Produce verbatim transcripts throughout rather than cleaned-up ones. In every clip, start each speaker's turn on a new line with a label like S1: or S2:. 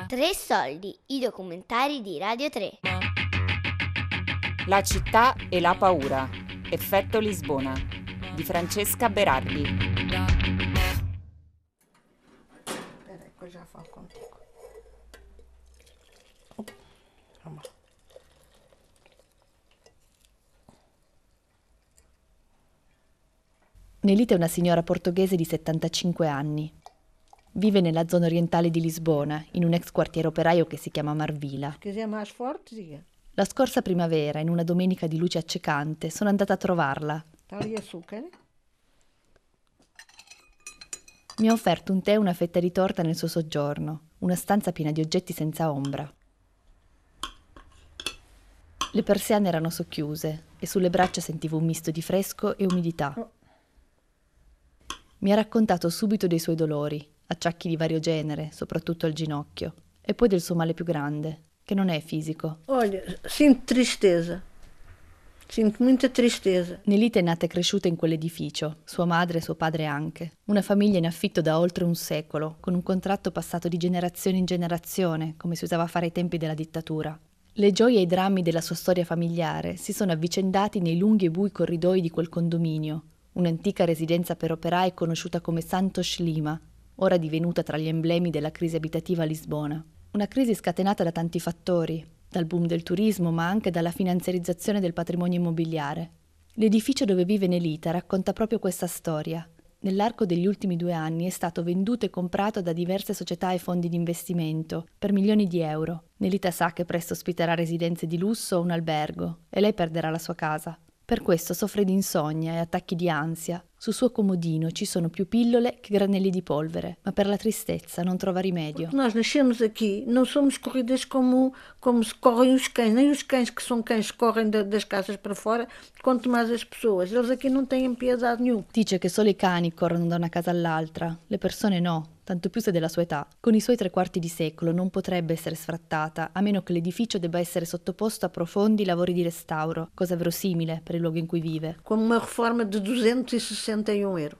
S1: Tre soldi, i documentari di Radio tre.
S2: La città e la paura. Effetto Lisbona di Francesca Berardi.
S3: Ecco, già fa contigo.
S4: Nelita è una signora portoghese di settantacinque anni. Vive nella zona orientale di Lisbona, in un ex quartiere operaio che si chiama Marvila. La scorsa primavera, in una domenica di luce accecante, sono andata a trovarla. Mi ha offerto un tè e una fetta di torta nel suo soggiorno, una stanza piena di oggetti senza ombra. Le persiane erano socchiuse e sulle braccia sentivo un misto di fresco e umidità. Mi ha raccontato subito dei suoi dolori, acciacchi di vario genere, soprattutto al ginocchio, e poi del suo male più grande, che non è fisico.
S3: Olha, sinto tristeza. Sinto muita tristeza.
S4: Nelita è nata e cresciuta in quell'edificio, sua madre e suo padre anche. Una famiglia in affitto da oltre un secolo, con un contratto passato di generazione in generazione, come si usava a fare ai tempi della dittatura. Le gioie e i drammi della sua storia familiare si sono avvicendati nei lunghi e bui corridoi di quel condominio, un'antica residenza per operai conosciuta come Santos Lima, ora divenuta tra gli emblemi della crisi abitativa a Lisbona. Una crisi scatenata da tanti fattori, dal boom del turismo ma anche dalla finanziarizzazione del patrimonio immobiliare. L'edificio dove vive Nelita racconta proprio questa storia. Nell'arco degli ultimi due anni è stato venduto e comprato da diverse società e fondi di investimento per milioni di euro. Nelita sa che presto ospiterà residenze di lusso o un albergo e lei perderà la sua casa. Per questo soffre di insonnia e attacchi di ansia. Sul suo comodino ci sono più pillole che granelli di polvere, ma per la tristezza non trova rimedio.
S3: Porque nós nascemos aqui, não somos corridas como, como se correm os cães, nem os cães que são cães que correm da, das casas para fora, quanto mais as pessoas. Eles aqui não têm piedade nenhuma.
S4: Dice che solo i cani corrono da una casa all'altra, le persone no, tanto più se della sua età. Con i suoi tre quarti di secolo non potrebbe essere sfrattata, a meno che l'edificio debba essere sottoposto a profondi lavori di restauro, cosa verosimile per il luogo in cui vive.
S3: Como uma reforma de duecentosessenta e um euro.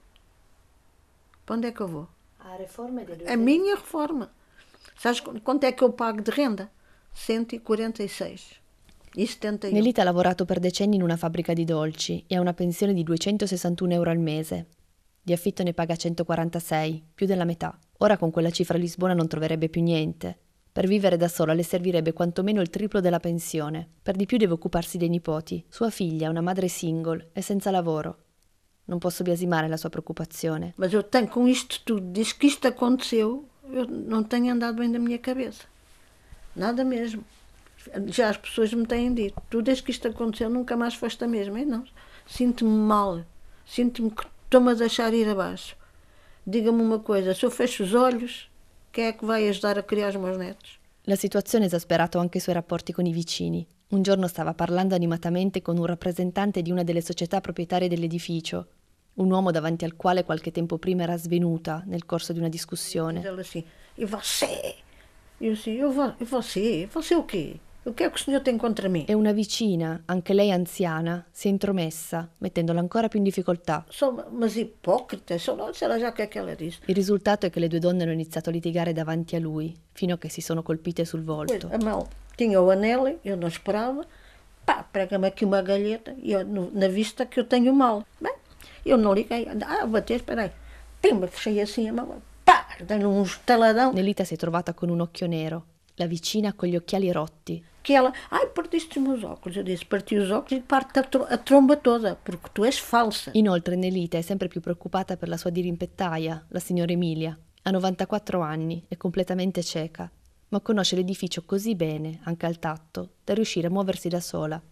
S3: Para onde é que eu vou?
S4: A reforma di
S3: A minha reforma. Sabes quanto é que eu pago de renda? cento e quarenta e sei e setenta e um.
S4: Nelita ha lavorato per decenni in una fabbrica di dolci e ha una pensione di duecentosessantuno euro al mese. Di affitto ne paga centoquarantasei, più della metà. Ora con quella cifra a Lisbona non troverebbe più niente. Per vivere da sola le servirebbe quantomeno il triplo della pensione. Per di più deve occuparsi dei nipoti. Sua figlia è una madre single e senza lavoro. Non posso biasimare la sua preoccupazione.
S3: Mas eu tenho, com isto tudo, desde que isto aconteceu, eu não tenho andado bem da minha cabeça. Nada mesmo. Já as pessoas me têm dito, tu desde que isto aconteceu nunca mais foste a mesma. E não, sinto-me mal. Sinto-me que estou-me a deixar ir abaixo. Diga-me uma coisa, se eu fecho os olhos, quem è che vai ajudar a criar os meus netos?
S4: La situazione ha esasperato anche i suoi rapporti con i vicini. Un giorno stava parlando animatamente con un rappresentante di una delle società proprietarie dell'edificio, un uomo davanti al quale qualche tempo prima era svenuta nel corso di una discussione.
S3: Ela assim, e você? Eu assim, eu, e você? Você o quê? O che è che il signor tem contra me?
S4: E una vicina, anche lei anziana, si è intromessa, mettendola ancora più in difficoltà.
S3: Sono mas ipocrita, sono, c'era già che ela disse.
S4: Il risultato è che le due donne hanno iniziato a litigare davanti a lui, fino a che si sono colpite sul volto.
S3: A mão tinha o anel, eu não esperava, pá, prega-me aqui uma galheta, e eu, no, na vista que eu tenho mal. Bem, eu não liguei, ah, bater, espera aí, pimba, fechei assim a mão, pá, dei-lhe um estaladão.
S4: Nelita si è trovata con un occhio nero, la vicina con gli occhiali rotti.
S3: Que ela, ai, partiste os meus óculos. Eu disse, parti os óculos e parte a, tro- a tromba toda, porque tu és falsa.
S4: Inoltre Nelita è sempre più preoccupata per la sua dirimpettaia, la signora Emilia. Ha novantaquattro anni, è completamente cieca, ma conosce l'edificio così bene, anche al tatto, da riuscire a muoversi da sola.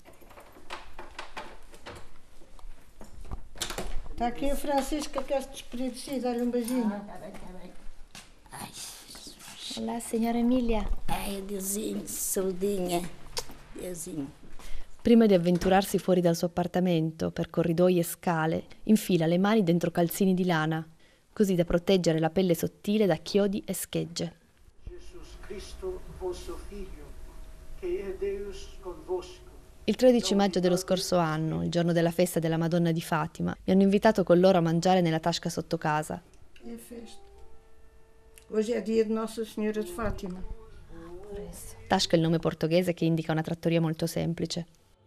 S3: Está aqui a Francisca, quer se despedir de si, dá-lhe um beijinho.
S5: Ah, tá bem, tá bem. Ai,
S4: Olá, signora Emilia.
S5: ai, Deusinho, saudinha. Deusinho.
S4: Prima di avventurarsi fuori dal suo appartamento, per corridoi e scale, infila le mani dentro calzini di lana, così da proteggere la pelle sottile da chiodi e schegge.
S6: Gesù Cristo, vostro Figlio, che è Deus convosco.
S4: Il tredici maggio dello scorso anno, il giorno della festa della Madonna di Fatima, mi hanno invitato con loro a mangiare nella tasca sotto casa.
S3: É festa. Hoje é dia de Nossa Senhora de Fátima.
S4: Tasca è il nome portoghese che indica una trattoria molto semplice.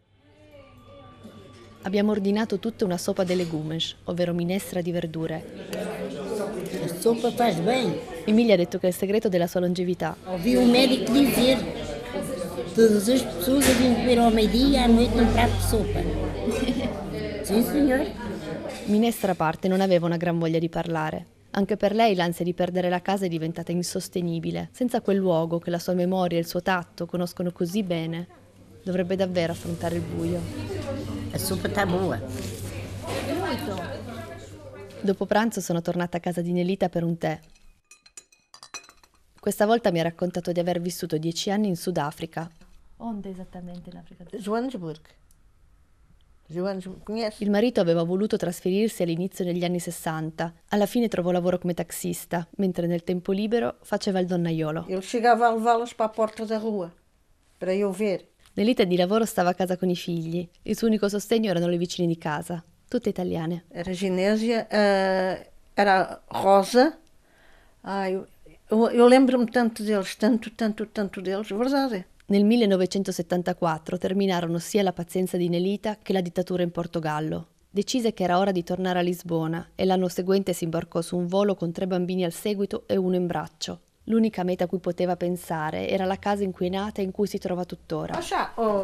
S4: Abbiamo ordinato tutta una sopa de legumes, ovvero minestra di verdure.
S5: A sopa faz bem.
S4: Emilia ha detto che è il segreto della sua longevità.
S5: Ouvi um médico dizer: todas as pessoas deviam comer ao meio-dia e à noite um prato de sopa. Sim, senhor.
S4: Minestra a parte, non aveva una gran voglia di parlare. Anche per lei l'ansia di perdere la casa è diventata insostenibile. Senza quel luogo che la sua memoria e il suo tatto conoscono così bene, dovrebbe davvero affrontare il buio.
S5: A sopa está boa.
S4: Dopo pranzo sono tornata a casa di Nelita per un tè. Questa volta mi ha raccontato di aver vissuto dieci anni in Sudafrica. Onde esattamente in Africa?
S3: Johannesburg. Johannesburg, conhece?
S4: Il marito aveva voluto trasferirsi all'inizio degli anni sessanta. Alla fine trovò lavoro come taxista, mentre nel tempo libero faceva il donnaiolo.
S3: Ele chegava a levá-las para a porta da rua, para eu ver.
S4: Nelita di lavoro stava a casa con i figli. Il suo unico sostegno erano le vicine di casa, tutte italiane.
S3: Era Ginésia, uh, era Rosa. Ah, eu, eu, eu lembro-me tanto deles, tanto, tanto, tanto deles, verdade.
S4: Nel millenovecentosettantaquattro terminarono sia la pazienza di Nelita che la dittatura in Portogallo. Decise che era ora di tornare a Lisbona e l'anno seguente si imbarcò su un volo con tre bambini al seguito e uno in braccio. L'unica meta a cui poteva pensare era la casa in cui è nata e in cui si trova tuttora.
S3: Oh,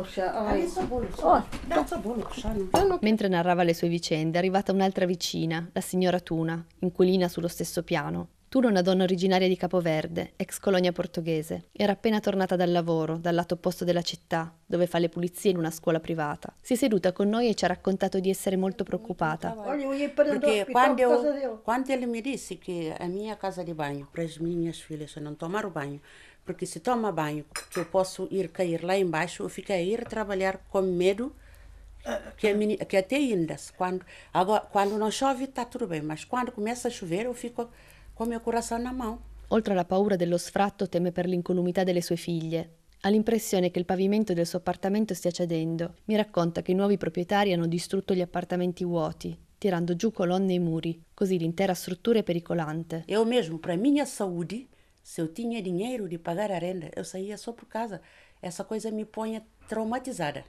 S4: Mentre narrava le sue vicende, è arrivata un'altra vicina, la signora Tuna, inquilina sullo stesso piano. Tuna è una donna originaria di Capoverde, ex colonia portoghese. Era appena tornata dal lavoro, dal lato opposto della città, dove fa le pulizie in una scuola privata. Si è seduta con noi e ci ha raccontato di essere molto preoccupata.
S7: Perché quando, eu, quando ele me disse che a minha casa de banho, para as minhas filhas não tomar o banho, porque se toma banho, que eu posso ir cair lá embaixo, eu fiquei a ir trabalhar com medo que, a meni, que até ainda, quando, agora, quando não chove está tudo bem, mas quando começa a chover eu fico con il mio corazón na mano.
S4: Oltre alla paura dello sfratto, teme per l'incolumità delle sue figlie. Ha l'impressione che il pavimento del suo appartamento stia cedendo. Mi racconta che i nuovi proprietari hanno distrutto gli appartamenti vuoti, tirando giù colonne e muri, così l'intera struttura è pericolante.
S7: Eu mesmo, para minha saúde, se eu tinha dinheiro de pagar a renda, eu saía só por casa. Essa coisa me põe traumatizada.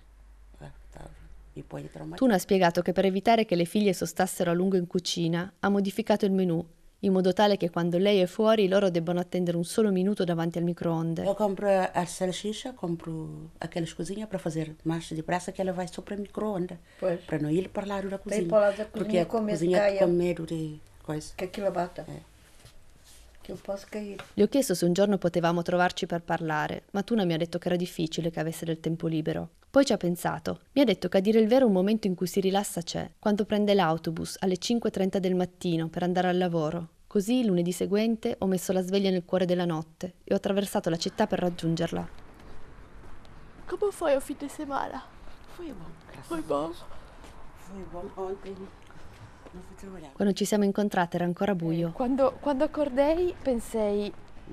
S7: Mi põe traumatizada.
S4: Tuna ha spiegato che per evitare che le figlie sostassero a lungo in cucina, ha modificato il menù, in modo tale che quando lei è fuori loro debbano attendere un solo minuto davanti al microonde.
S7: Eu compro a salsicha, compro aquelas coisinhas para fazer mais depressa que ela vai só para o microonde, para não ir para lá da cozinha.
S3: Para lá da cozinha,
S7: porque a
S3: com medo
S7: cozinha
S3: caia,
S7: com medo de coisa.
S3: Que aquilo bata.
S7: É.
S3: Que eu posso cair.
S4: Le ho chiesto se un giorno potevamo trovarci per parlare, ma Tuna mi ha detto che era difficile che avesse del tempo libero. Poi ci ha pensato. Mi ha detto che a dire il vero un momento in cui si rilassa c'è, quando prende l'autobus alle cinque e trenta del mattino per andare al lavoro. Così, lunedì seguente, ho messo la sveglia nel cuore della notte e ho attraversato la città per raggiungerla.
S8: Come foi o fim de semana?
S7: Foi bom, graças
S8: Foi bom?
S7: Foi bom. Ontem non fui trabalhar.
S4: Quando ci siamo incontrate era ancora buio.
S8: Quando, quando acordei pensei...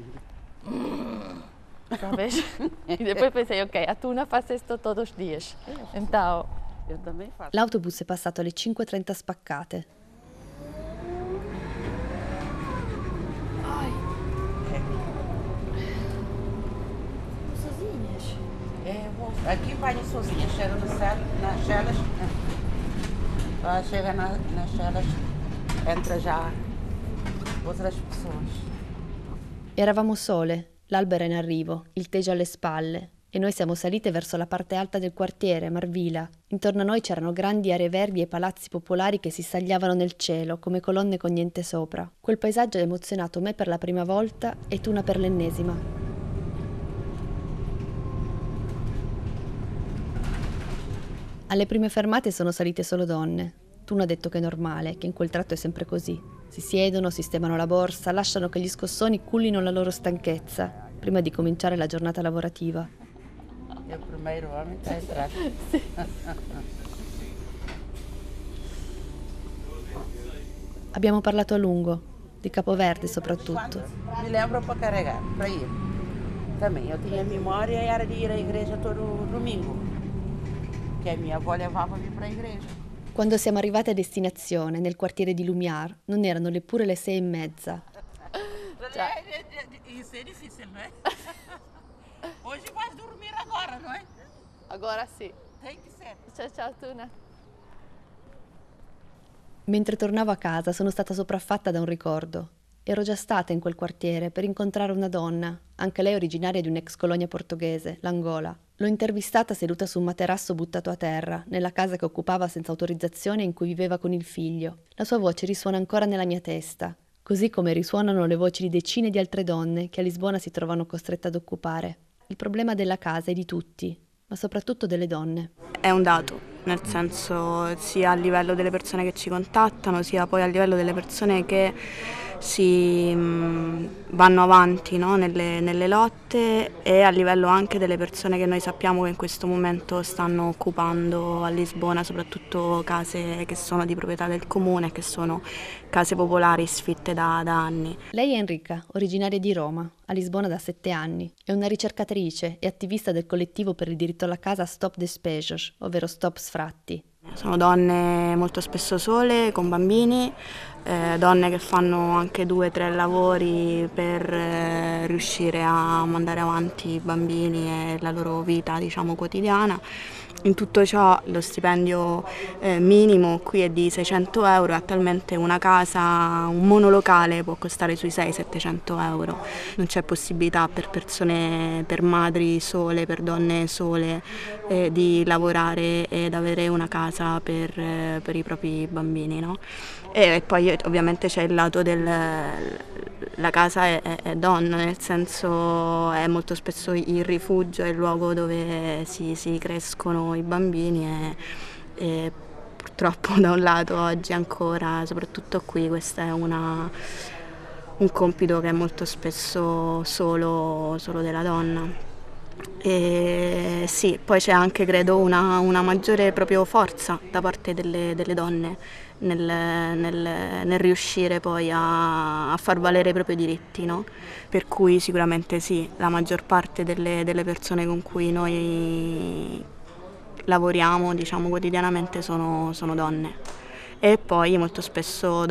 S8: Mm, sabes? E depois pensei, ok, a Tuna faz isto todos os dias. Então...
S7: Eu também faço.
S4: L'autobus è passato alle cinque e trenta spaccate.
S7: É, vou, aqui banho sozinha, chega no céu, nas celas, ah, chega na, nas celas, entra já outras pessoas.
S4: Eravamo sole, l'albero è in arrivo, il tejo alle spalle, e noi siamo salite verso la parte alta del quartiere, Marvila. Intorno a noi c'erano grandi aree verdi e palazzi popolari che si stagliavano nel cielo, come colonne con niente sopra. Quel paesaggio ha emozionato me per la prima volta e Tuna per l'ennesima. Alle prime fermate sono salite solo donne. Tuna ha detto che è normale, che in quel tratto è sempre così. Si siedono, sistemano la borsa, lasciano che gli scossoni cullino la loro stanchezza, prima di cominciare la giornata lavorativa.
S7: È il primo uomo a entrare.
S8: Sì.
S4: Abbiamo parlato a lungo, di Capoverde soprattutto.
S7: Mi lembro para carregar, para ir. Também, eu tinha memória e era de ir à igreja todo domingo. Che a mia avó levava-mi para a igreja.
S4: Quando siamo arrivate a destinazione, nel quartiere di Lumiar, non erano neppure le sei e mezza.
S7: Isso é difícil, não é?
S8: Agora sì. Ciao ciao Tuna.
S4: Mentre tornavo a casa sono stata sopraffatta da un ricordo. Ero già stata in quel quartiere per incontrare una donna, anche lei originaria di un'ex colonia portoghese, l'Angola. L'ho intervistata seduta su un materasso buttato a terra, nella casa che occupava senza autorizzazione e in cui viveva con il figlio. La sua voce risuona ancora nella mia testa, così come risuonano le voci di decine di altre donne che a Lisbona si trovano costrette ad occupare. Il problema della casa è di tutti, ma soprattutto delle donne.
S9: È un dato, nel senso sia a livello delle persone che ci contattano, sia poi a livello delle persone che si mh, vanno avanti, no? nelle, nelle lotte, e a livello anche delle persone che noi sappiamo che in questo momento stanno occupando a Lisbona soprattutto case che sono di proprietà del comune, che sono case popolari sfitte da, da anni.
S4: Lei è Enrica, originaria di Roma, a Lisbona da sette anni. È una ricercatrice e attivista del collettivo per il diritto alla casa Stop Despejos, ovvero Stop Sfratti.
S9: Sono donne molto spesso sole, con bambini, eh, donne che fanno anche due o tre lavori per eh, riuscire a mandare avanti i bambini e la loro vita, diciamo, quotidiana. In tutto ciò lo stipendio eh, minimo qui è di seicento euro, e attualmente una casa, un monolocale può costare sui seicento settecento euro. Non c'è possibilità per persone, per madri sole, per donne sole, eh, di lavorare ed avere una casa per, eh, per i propri bambini, no? E poi ovviamente c'è il lato del... la casa è, è, è donna, nel senso è molto spesso il rifugio, è il luogo dove si, si crescono i bambini e, e purtroppo da un lato oggi ancora, soprattutto qui, questo è una, un compito che è molto spesso solo, solo della donna. E sì, poi c'è anche, credo, una, una maggiore proprio forza da parte delle, delle donne nel, nel, nel riuscire poi a, a far valere i propri diritti, no? Per cui sicuramente sì, la maggior parte delle, delle persone con cui noi lavoriamo, diciamo, quotidianamente sono, sono donne. E poi molto spesso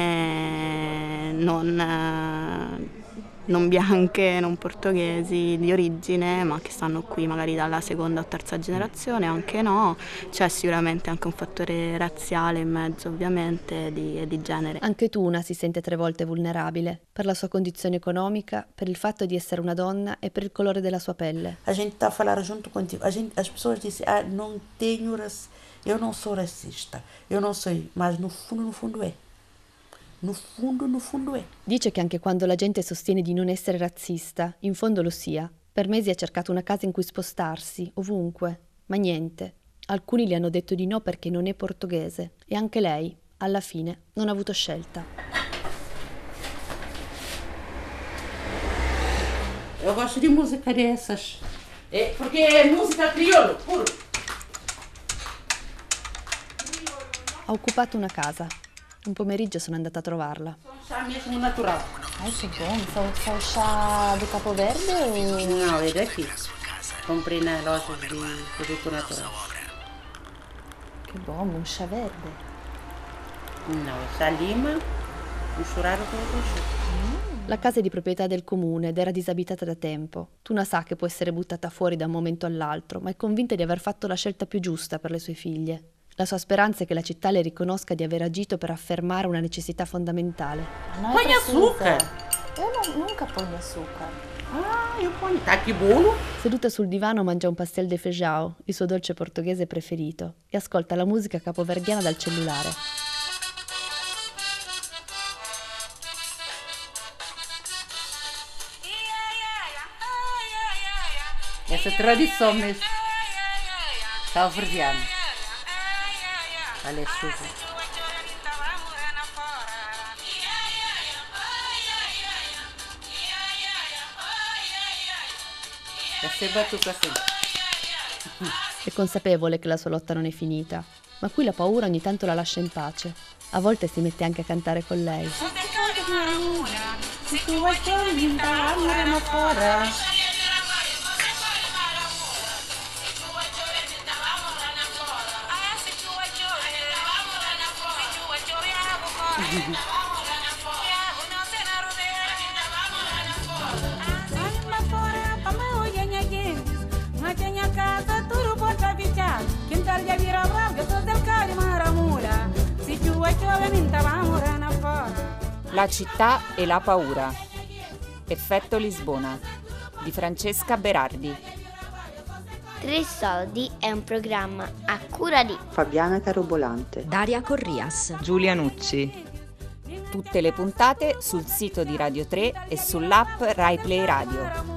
S9: donne non... non bianche, non portoghesi di origine, ma che stanno qui magari dalla seconda o terza generazione, anche no. C'è sicuramente anche un fattore razziale in mezzo, ovviamente, di, e di genere.
S4: Anche Tuna si sente tre volte vulnerabile, per la sua condizione economica, per il fatto di essere una donna e per il colore della sua pelle.
S7: A gente está a falar junto contigo. A gente, as pessoas dizem, ah, não tenho raci- eu não sou racista, eu não sei, mas no fundo, no fundo è. No fundo, no fundo è.
S4: Dice che anche quando la gente sostiene di non essere razzista, in fondo lo sia. Per mesi ha cercato una casa in cui spostarsi, ovunque, ma niente. Alcuni le hanno detto di no perché non è portoghese, e anche lei, alla fine, non ha avuto scelta.
S7: Eu gosto di musica dessas, é porque é música crioulo, puro.
S4: Ha occupato una casa. Un pomeriggio sono andata a trovarla.
S7: Chá mesmo natural.
S8: Ai, che buono. São, são chá do Capo Verde ou...
S7: Não, é daqui. Comprei nas lojas de produto natural.
S8: Che buono, un chá verde.
S7: Não, é chá lima, misturado com outro chá.
S4: La casa è di proprietà del comune ed era disabitata da tempo. Tuna sa che può essere buttata fuori da un momento all'altro, ma è convinta di aver fatto la scelta più giusta per le sue figlie. La sua speranza è che la città le riconosca di aver agito per affermare una necessità fondamentale.
S7: Põe açúcar!
S8: Eu não, nunca ponho açúcar.
S7: Ah, eu ponho. Tá aqui bolo.
S4: Seduta sul divano mangia un pastel de feijão, il suo dolce portoghese preferito, e ascolta la musica capoverdiana dal cellulare.
S7: Essa tradição mesmo. Calverdiana. Olha a chuva. É sempre batuta assim.
S4: È consapevole che la sua lotta non è finita, ma qui la paura ogni tanto la lascia in pace. A volte si mette anche a cantare con lei.
S2: La città e la paura. Effetto Lisbona di Francesca Berardi.
S1: Tre soldi è un programma a cura di
S10: Fabiana Carobolante,
S11: Daria Corrias,
S12: Giulia Nucci.
S2: Tutte le puntate sul sito di Radio tre e sull'app Rai Play Radio.